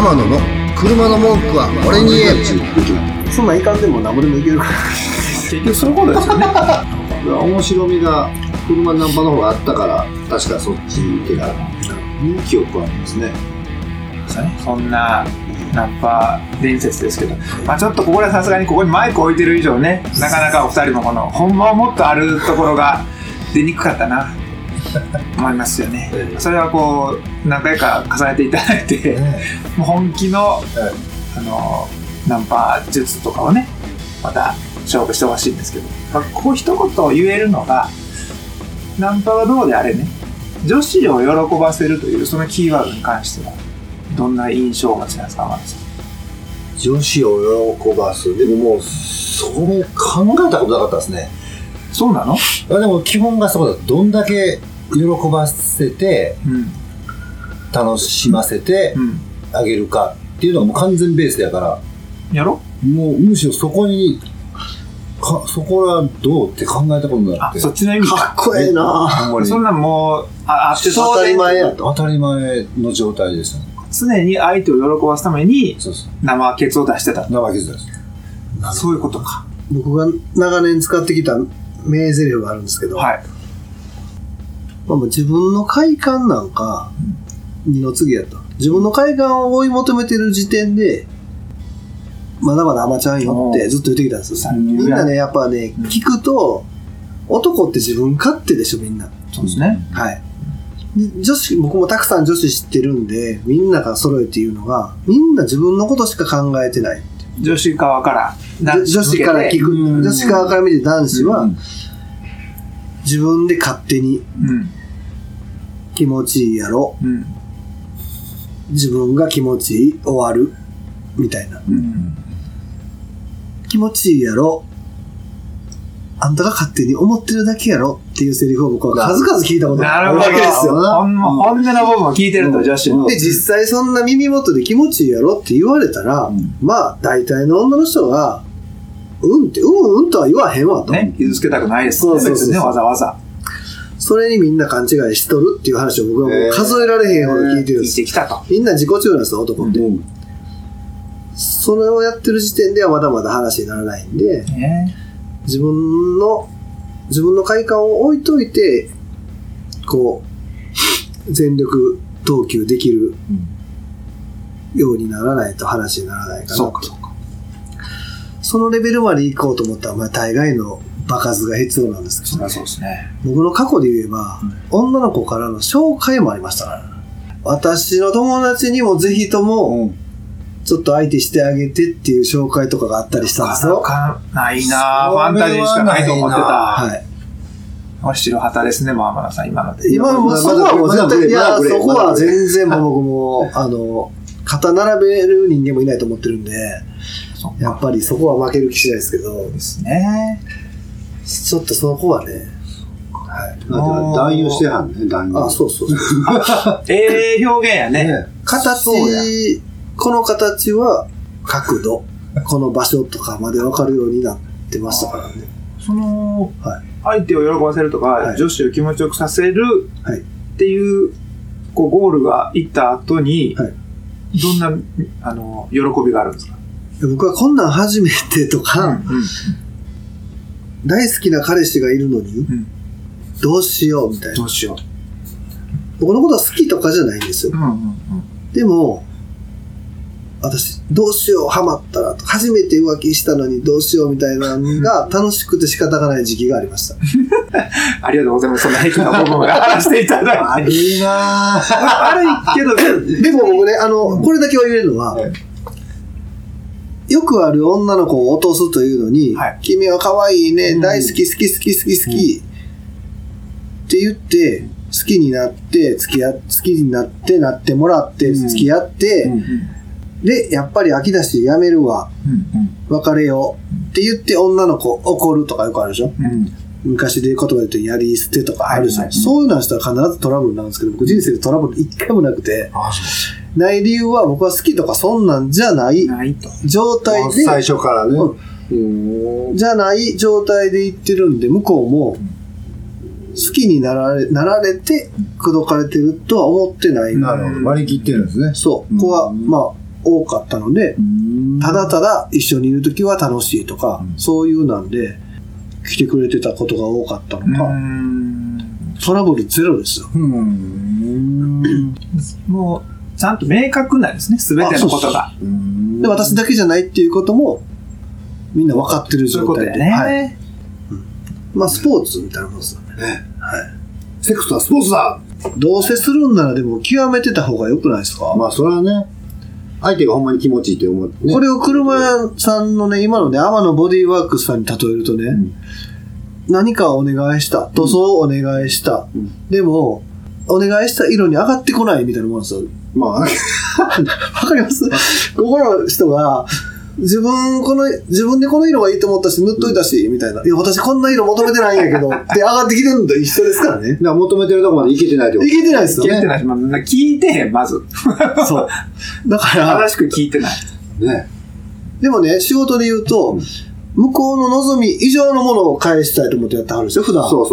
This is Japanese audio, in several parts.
天野の車の文句は俺に言え。 そんなんいかんでも何もでもいけるから結局そういうことですよね面白みが車ナンパの方があったから確かそっちに行けた記憶はありますね。 そんなナンパ伝説ですけど、まあ、ちょっとここでさすがにここにマイク置いてる以上ね、なかなかお二人のこのほんまはもっとあるところが出にくかったな思いますよね。それはこう何回か重ねていただいて、もう本気の、ナンパ術とかをねまた勝負してほしいんですけど、まあ、こう一言言えるのが、ナンパはどうであれね、女子を喜ばせるというそのキーワードに関してはどんな印象をお持ちなんですか、天野さん。 女子を喜ばす。でももうそれ考えたことなかったですね。 そうなの？ でも基本がそうだ。どんだけ喜ばせて、楽しませてあげるかっていうのがもう完全ベースだから、 やろ？ もうむしろそこにそこはどうって考えたことなくて。 そっちの意味かっこええな。 そんなんもうあって当たり前やと。 当たり前の状態ですよね。 常に相手を喜ばすために生ケツを出してた。 生ケツです。 そういうことか。 僕が長年使ってきた名台詞があるんですけど、 はい、 まあ、自分の快感なんか二の次やと。自分の快感を追い求めてる時点でまだまだ甘ちゃんよってずっと言ってきたんですよ。みんなねやっぱね、聞くと男って自分勝手でしょみんな。 そうですね。 はい。女子、僕もたくさん女子知ってるんで、みんなが揃えて言うのが、みんな自分のことしか考えてない。 女子側から女子から聞く、女子側から見て男子は、自分で勝手に気持ちいいやろ、自分が気持ちいい終わるみたいな、気持ちいいやろ、あんたが勝手に思ってるだけやろっていうセリフを僕は数々聞いたことがあるわけですよ。 本音の部分を聞いてると、女子の。 で、実際そんな耳元で気持ちいいやろって言われたら、まあ、大体の女の人が、うんとは言わへんわと。 ね、傷つけたくないですね、別にね、わざわざ。 それにみんな勘違いしとるっていう話を僕はもう数えられへんほど聞いてるんです。 聞いてきたと。 みんな自己中なんですよ、男って。それをやってる時点ではまだまだ話にならないんで、自分の快感を置いといてこう全力投球できるようにならないと話にならないかな。 そうかそうか。 そのレベルまで行こうと思ったら、まあ、大概の場数が必要なんですけど、 そうですね。 僕の過去で言えば、女の子からの紹介もありましたから、私の友達にもぜひとも、ちょっと相手してあげてっていう紹介とかがあったりしたんですよ。 ないなぁ。ファンタジーしかないと思ってた。 はい。 白旗ですね、天野さん、今ので。 今もそこはもう絶対、いや、そこは全然僕も、肩並べる人間もいないと思ってるんで、やっぱりそこは負ける気しないですけど。 ですね。 ちょっとそこはね、 はい。男優してはんね、男優。 あ、そう。 表現やね。 この形は角度、この場所とかまで分かるようになってましたからね。 相手を喜ばせるとか、女子を気持ちよくさせるっていう、ゴールがいった後に、どんな喜びがあるんですか？ 僕はこんなん初めてとか、大好きな彼氏がいるのに、どうしようみたいな。 どうしよう。 僕のことは好きとかじゃないんですよ。でも、私、どうしよう、ハマったら、初めて浮気したのにどうしようみたいなのが楽しくて仕方がない時期がありました。 ありがとうございます。そんな癖の部分を話していただいて。 悪いなぁ。 悪いけど、 でも僕ね、これだけは言えるのは、よくある女の子を落とすというのに、君は可愛いね、大好きって言って、好きになって好きになってもらって付き合って、でやっぱり飽き出してやめるわ、別れようって言って女の子怒るとかよくあるでしょ、昔で言葉で言うとやり捨てとかあるでしょ、そういうのはしたら必ずトラブルなんですけど、僕人生でトラブル一回もなくて、ない理由は僕は好きとかそんなんじゃない状態で、 最初からね、 じゃない状態で言ってるんで、向こうも好きになられて口説かれてるとは思ってない。 なるほど、割り切ってるんですね。 そう、ここはまあ多かったので、ただただ一緒にいるときは楽しいとか、そういうなんで来てくれてたことが多かったのか、トラブルゼロですよ。 もうちゃんと明確なんですね、すべてのことが。 で、私だけじゃないっていうこともみんな分かってる状態で。 そういうことだよね。 はい。まあスポーツみたいなもんですよね。はい。 セックスはスポーツだ。 どうせするんならでも極めてた方が良くないですか？ まあそれはね、相手がほんまに気持ちいいと思って、ね、 これを車屋さんのね、今のね、天野ボディーワークスさんに例えるとね、何かをお願いした、塗装をお願いした、でもお願いした色に上がってこないみたいなもんですよ。 まあわかります？ここの人が自分でこの色がいいと思ったし塗っといたし、みたいな。いや、私こんな色求めてないんやけどって上がってきてるのと一緒ですからね。 だから求めてるとこまでいけてないってこと。 いけてないですよね。 聞いてないし、聞いてへん、まず。 そう。だから正しく聞いてない。 ね。 でもね、仕事で言うと、向こうの望み以上のものを返したいと思ってやってはるんですよ、普段。 そう。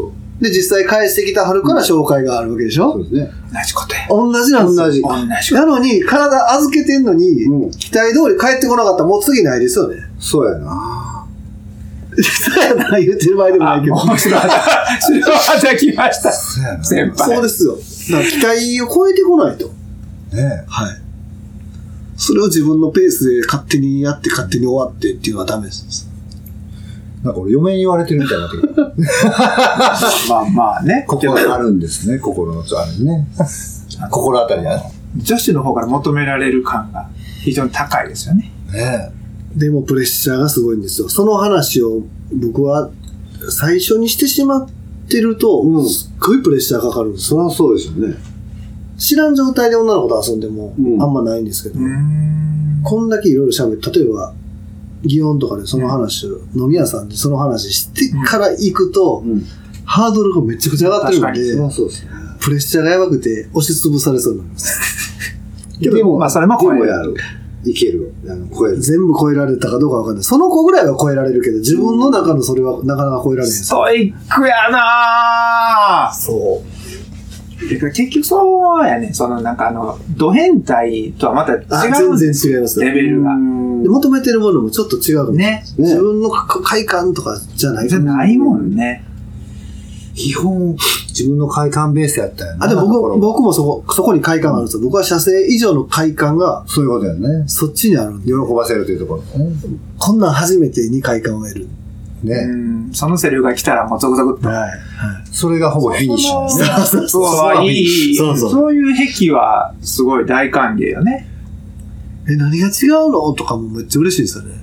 で、実際返してきたはるから紹介があるわけでしょ。 そうですね。 同じことや。 同じなんですよ。 同じ。 なのに、体預けてんのに、期待通り帰ってこなかったらもう次ないですよね。 そうやな。 そうやな、言ってる場合でもないけど。 白旗来ました。先輩。 そうですよ。だから期待を超えてこないと。 ね。 はい。それを自分のペースで勝手にやって勝手に終わってっていうのはダメです。 なんか俺嫁に言われてるみたいになってくる。 まあね。 心あるんですね、心のあるね。心当たりある。 女子の方から求められる感が非常に高いですよね。 ね。 でもプレッシャーがすごいんですよ。その話を僕は最初にしてしまってると、すっごいプレッシャーかかるんです。 そりゃそうですよね。 知らん状態で女の子と遊んでもあんまないんですけど、こんだけいろいろ喋る。例えば、祇園とかでその話を、飲み屋さんでその話してから行くと、ハードルがめちゃくちゃ上がってるんで、 そうですね。 プレッシャーがやばくて押しつぶされそうになります。 でも、まあそれも超える。 やる。いける。超える。 全部超えられたかどうかわかんない。その子ぐらいは超えられるけど、自分の中のそれはなかなか超えられへん。 ストイックやなぁ。 そう。 結局そうやね。ド変態とはまた違う。 全然違います。 レベルが。 求めてるものもちょっと違うね。 自分の快感とかじゃないじゃないもんね。 基本、自分の快感ベースやったよね。 でも僕もそこに快感があるんですよ。僕は射精以上の快感が、 そういうことやね。 そっちにあるんで。 喜ばせるというところね。 こんなん初めてに快感を得る。 ね。 そのセリフが来たらもうゾクゾクっと。 はい。 それがほぼフィニッシュですね。 そういう癖はすごい大歓迎よね。 何が違うのとかもめっちゃ嬉しいですよね。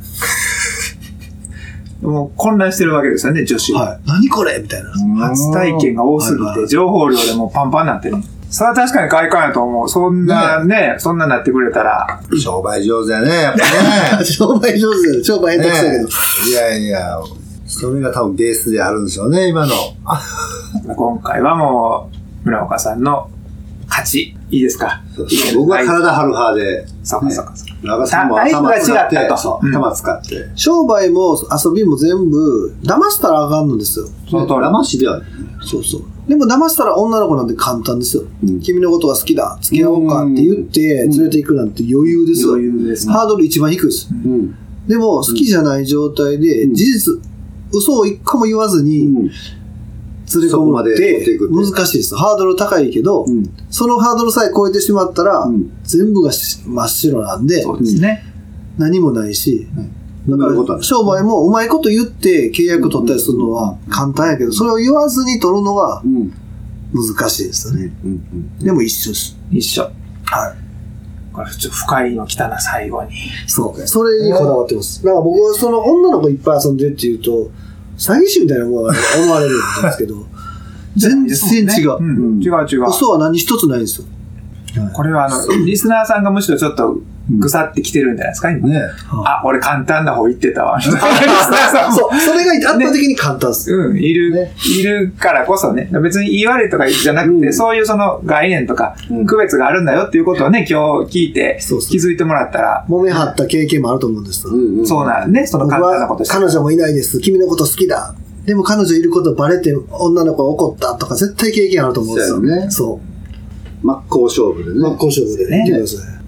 もう混乱してるわけですよね、女子は。 はい。何これみたいな。 初体験が多すぎて、情報量でもうパンパンになってる。それは確かに快感やと思う。そんななってくれたら。 商売上手やね、やっぱね。 商売上手だよ。商売下手くそだけど。 いや、それが多分ベースであるんでしょうね、今の。 今回はもう、村岡さんの勝ち。いいですか？ 僕は体張る派で。 そうか。 村岡さんも頭使って、頭使って。 商売も遊びも全部、騙したらあかんのですよ。 騙しではない。 そう。でも騙したら女の子なんて簡単ですよ。君のことが好きだ、付き合おうかって言って連れて行くなんて余裕ですよ。 余裕ですね。 ハードル一番低いです。でも好きじゃない状態で、事実、嘘を一個も言わずに、連れ込むって難しいです。ハードル高いけど、そのハードルさえ超えてしまったら、全部が真っ白なんで、 そうですね。 何もないし、だから商売もうまいこと言って契約取ったりするのは簡単やけど、それを言わずに取るのが難しいですよね。でも一緒です。 一緒。 はい。 これちょっと深いの来たな、最後に。 そう。それにこだわってます。だから僕はその女の子いっぱい遊んでるって言うと、詐欺師みたいな思われるんですけど、全然違う。 違う。 嘘は何一つないんですよ。 これはリスナーさんがむしろちょっとぐさってきてるんじゃないですか、今。俺簡単な方言ってたわ。リスナーさんも。 そう、それが圧倒的に簡単です。 いるからこそね。別に言い悪いとかじゃなくて、そういうその概念とか、区別があるんだよっていうことをね、今日聞いて気づいてもらったら。 揉め張った経験もあると思うんですよ。 そうなんね、その簡単なことして。 彼女もいないです。君のこと好きだ。でも彼女いることバレて女の子が怒ったとか絶対経験あると思うんですよね。そう。 真っ向勝負でね。 真っ向勝負でね。見てください。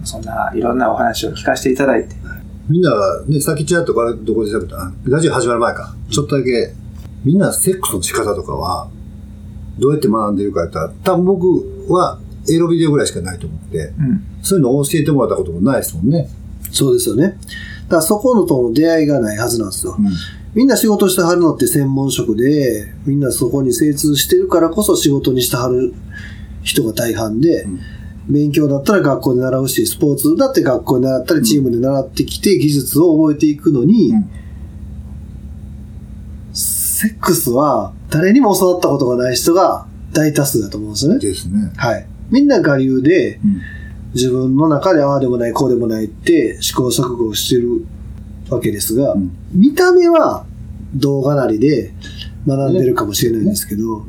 そんないろんなお話を聞かせていただいて。 みんなね、さっきちらっとどこで喋った？ラジオ始まる前か。ちょっとだけ、みんなセックスの仕方とかは、どうやって学んでるかやったら、多分僕はエロビデオぐらいしかないと思って、そういうのを教えてもらったこともないですもんね。 そうですよね。だからそこのとの出会いがないはずなんですよ。みんな仕事してはるのって専門職で、みんなそこに精通してるからこそ仕事にしてはる人が大半で、勉強だったら学校で習うし、スポーツだって学校で習ったりチームで習ってきて技術を覚えていくのに、セックスは誰にも教わったことがない人が大多数だと思うんですよね。 ですね。 はい。みんな我流で、自分の中でああでもないこうでもないって試行錯誤してるわけですが、見た目は動画なりで学んでるかもしれないんですけど、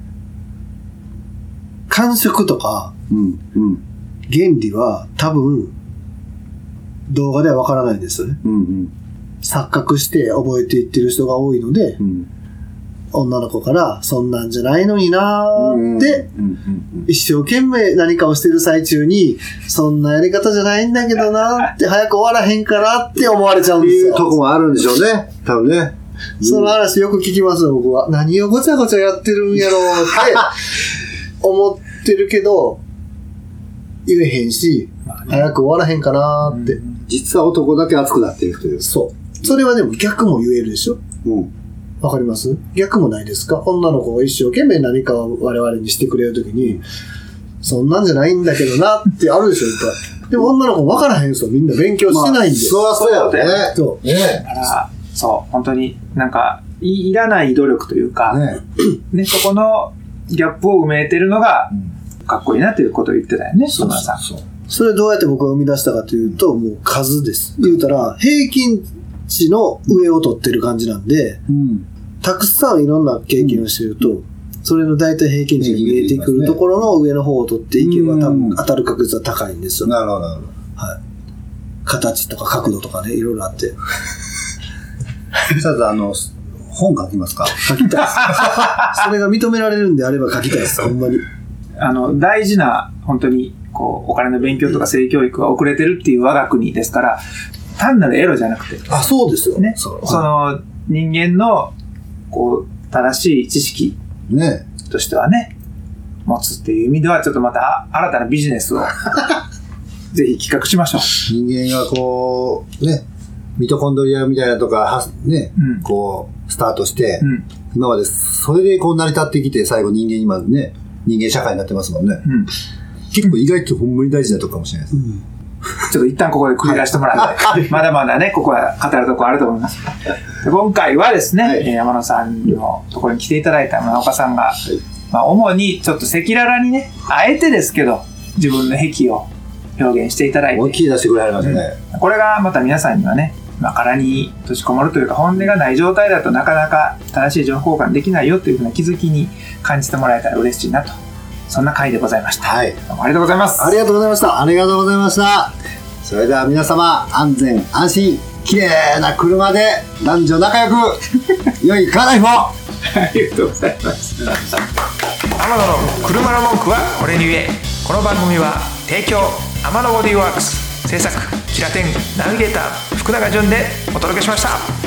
感触とか原理は多分動画ではわからないんですよね。錯覚して覚えていってる人が多いので、女の子からそんなんじゃないのになーって一生懸命何かをしてる最中にそんなやり方じゃないんだけどなーって早く終わらへんからって思われちゃうんですよ。 いうとこもあるんでしょうね。多分ね。 その話よく聞きますよ、僕は。何をごちゃごちゃやってるんやろうって思ってるけど言えへんし、早く終わらへんかなーって。 実は男だけ熱くなっているという。 そう。それはでも逆も言えるでしょ。わかります？逆もないですか？女の子が一生懸命何かを我々にしてくれるときに、そんなんじゃないんだけどなってあるでしょ、いっぱい。でも女の子分からへんすよ。みんな勉強してないんで。 そうやね。 そう。 だから、そう、本当になんか、いらない努力というか、ね、そこのギャップを埋めてるのが、かっこいいなということを言ってたよね、島田さん。 それどうやって僕が生み出したかというと、もう数です。言うたら、平均値の上を取ってる感じなんで、たくさんいろんな経験をしてると、それの大体平均値が見えてくるところの上の方を取っていけば、多分当たる確率は高いんですよ。 なるほど、なるほど。 はい。形とか角度とかね、いろいろあって。 さて、本書きますか？ 書きたい。それが認められるんであれば書きたいです、ほんまに。 大事な、本当に、お金の勉強とか性教育が遅れてるっていう我が国ですから、単なるエロじゃなくて。 あ、そうですよ。 ね。その、人間の、正しい知識としてはね、持つっていう意味では、ちょっとまた新たなビジネスを、ぜひ企画しましょう。 人間がミトコンドリアみたいなとか、スタートして、今までそれで成り立ってきて、最後人間社会になってますもんね。結構意外とほんまに大事なとこかもしれないです。 ちょっと一旦ここで繰り出してもらって、まだまだね、ここは語るとこあると思います。今回はですね、山野さんのところに来ていただいた村岡さんが、主にちょっと赤裸々にね、あえてですけど、自分の癖を表現していただいて。 思いっきり出してくれはりますね。 これがまた皆さんにはね、殻に閉じこもるというか、本音がない状態だとなかなか正しい情報交換できないよというふうな気づきに感じてもらえたら嬉しいなと。そんな回でございました。どうもありがとうございます。 ありがとうございました。 ありがとうございました。それでは皆様、安全安心綺麗な車で男女仲良く良いカーライフを。 ありがとうございます。天野の車の文句は俺に言え。この番組は提供天野ボディーワークス、制作キラテンナビゲーター福永潤でお届けしました。